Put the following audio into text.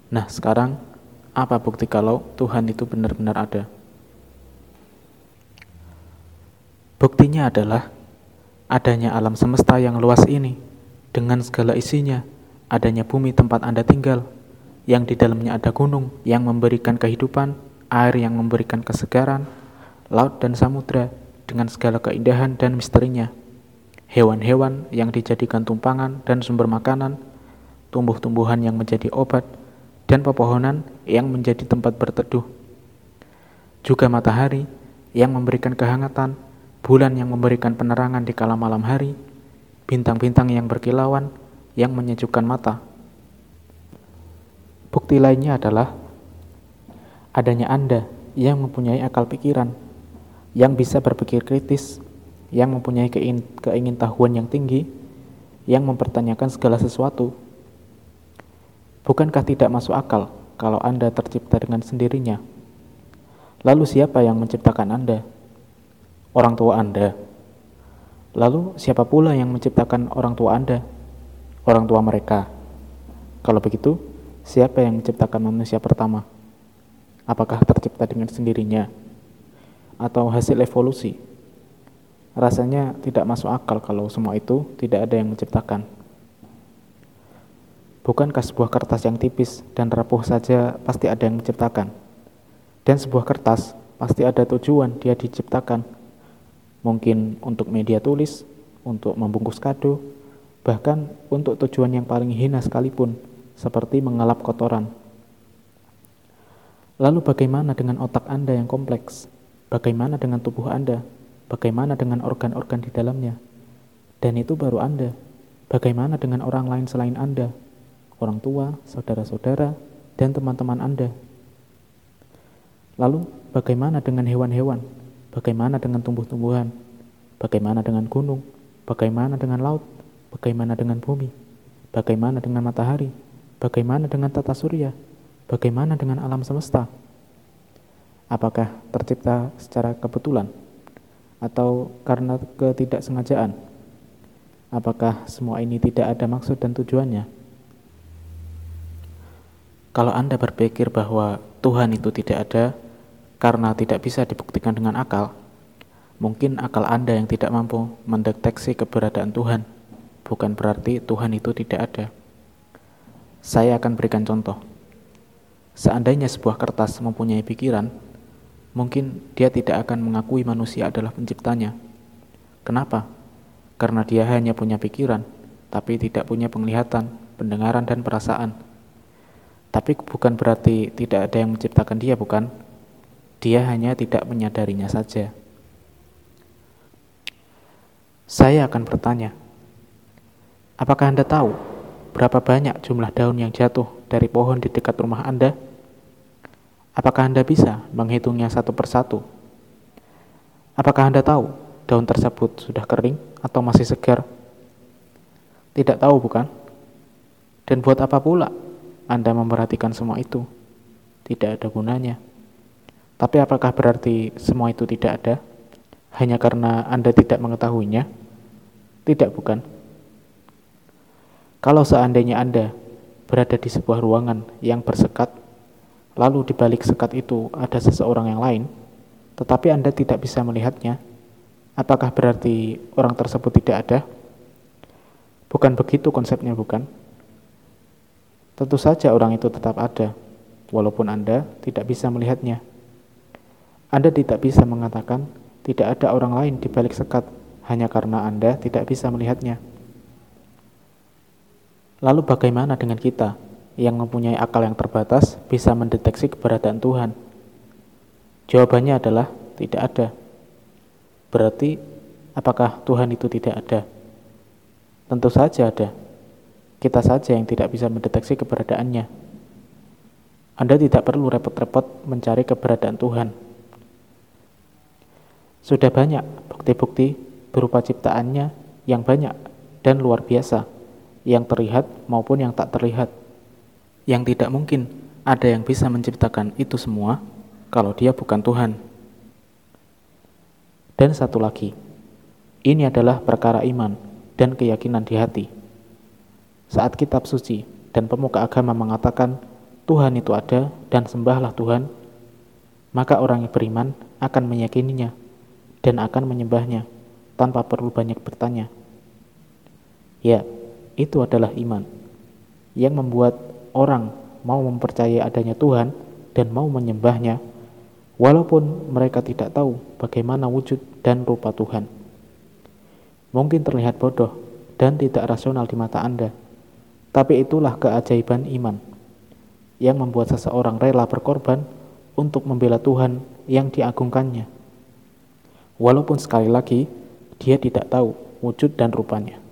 Nah, sekarang apa bukti kalau Tuhan itu benar-benar ada? Buktinya adalah adanya alam semesta yang luas ini, dengan segala isinya, adanya bumi tempat Anda tinggal, yang di dalamnya ada gunung yang memberikan kehidupan, air yang memberikan kesegaran, laut dan samudra dengan segala keindahan dan misterinya, hewan-hewan yang dijadikan tumpangan dan sumber makanan, tumbuh-tumbuhan yang menjadi obat, dan pepohonan yang menjadi tempat berteduh. Juga matahari yang memberikan kehangatan, bulan yang memberikan penerangan di kala malam hari, bintang-bintang yang berkilauan yang menyejukkan mata. Bukti lainnya adalah adanya Anda yang mempunyai akal pikiran, yang bisa berpikir kritis, yang mempunyai keingintahuan yang tinggi, yang mempertanyakan segala sesuatu. Bukankah tidak masuk akal kalau Anda tercipta dengan sendirinya? Lalu siapa yang menciptakan Anda? Orang tua Anda. Lalu siapa pula yang menciptakan orang tua Anda? Orang tua mereka. Kalau begitu, siapa yang menciptakan manusia pertama? Apakah tercipta dengan sendirinya? Atau hasil evolusi? Rasanya tidak masuk akal kalau semua itu tidak ada yang menciptakan. Bukankah sebuah kertas yang tipis dan rapuh saja pasti ada yang menciptakan? Dan sebuah kertas pasti ada tujuan dia diciptakan. Mungkin untuk media tulis, untuk membungkus kado, bahkan untuk tujuan yang paling hina sekalipun, seperti mengelap kotoran. Lalu bagaimana dengan otak Anda yang kompleks? Bagaimana dengan tubuh Anda? Bagaimana dengan organ-organ di dalamnya? Dan itu baru Anda. Bagaimana dengan orang lain selain Anda? Orang tua, saudara-saudara, dan teman-teman Anda. Lalu, bagaimana dengan hewan-hewan? Bagaimana dengan tumbuh-tumbuhan? Bagaimana dengan gunung? Bagaimana dengan laut? Bagaimana dengan bumi? Bagaimana dengan matahari? Bagaimana dengan tata surya? Bagaimana dengan alam semesta? Apakah tercipta secara kebetulan? Atau karena ketidaksengajaan? Apakah semua ini tidak ada maksud dan tujuannya? Kalau Anda berpikir bahwa Tuhan itu tidak ada karena tidak bisa dibuktikan dengan akal, mungkin akal Anda yang tidak mampu mendeteksi keberadaan Tuhan, bukan berarti Tuhan itu tidak ada. Saya akan berikan contoh. Seandainya sebuah kertas mempunyai pikiran, mungkin dia tidak akan mengakui manusia adalah penciptanya. Kenapa? Karena dia hanya punya pikiran, tapi tidak punya penglihatan, pendengaran, dan perasaan. Tapi bukan berarti tidak ada yang menciptakan dia, bukan? Dia hanya tidak menyadarinya saja. Saya akan bertanya, apakah Anda tahu berapa banyak jumlah daun yang jatuh dari pohon di dekat rumah Anda? Apakah Anda bisa menghitungnya satu persatu? Apakah Anda tahu daun tersebut sudah kering atau masih segar? Tidak tahu, bukan? Dan buat apa pula Anda memperhatikan semua itu? Tidak ada gunanya. Tapi apakah berarti semua itu tidak ada? Hanya karena Anda tidak mengetahuinya? Tidak, bukan? Kalau seandainya Anda berada di sebuah ruangan yang bersekat, lalu di balik sekat itu ada seseorang yang lain, tetapi Anda tidak bisa melihatnya, apakah berarti orang tersebut tidak ada? Bukan begitu konsepnya, bukan? Tentu saja orang itu tetap ada, walaupun Anda tidak bisa melihatnya. Anda tidak bisa mengatakan tidak ada orang lain di balik sekat hanya karena Anda tidak bisa melihatnya. Lalu bagaimana dengan kita yang mempunyai akal yang terbatas bisa mendeteksi keberadaan Tuhan? Jawabannya adalah tidak ada. Berarti apakah Tuhan itu tidak ada? Tentu saja ada. Kita saja yang tidak bisa mendeteksi keberadaannya. Anda tidak perlu repot-repot mencari keberadaan Tuhan. Sudah banyak bukti-bukti berupa ciptaannya yang banyak dan luar biasa, yang terlihat maupun yang tak terlihat. Yang tidak mungkin ada yang bisa menciptakan itu semua kalau dia bukan Tuhan. Dan satu lagi, ini adalah perkara iman dan keyakinan di hati. Saat kitab suci dan pemuka agama mengatakan Tuhan itu ada dan sembahlah Tuhan, maka orang yang beriman akan meyakininya dan akan menyembahnya tanpa perlu banyak bertanya. Ya, itu adalah iman yang membuat orang mau mempercayai adanya Tuhan dan mau menyembahnya, walaupun mereka tidak tahu bagaimana wujud dan rupa Tuhan. Mungkin terlihat bodoh dan tidak rasional di mata Anda, tapi itulah keajaiban iman yang membuat seseorang rela berkorban untuk membela Tuhan yang diagungkannya, walaupun sekali lagi dia tidak tahu wujud dan rupanya.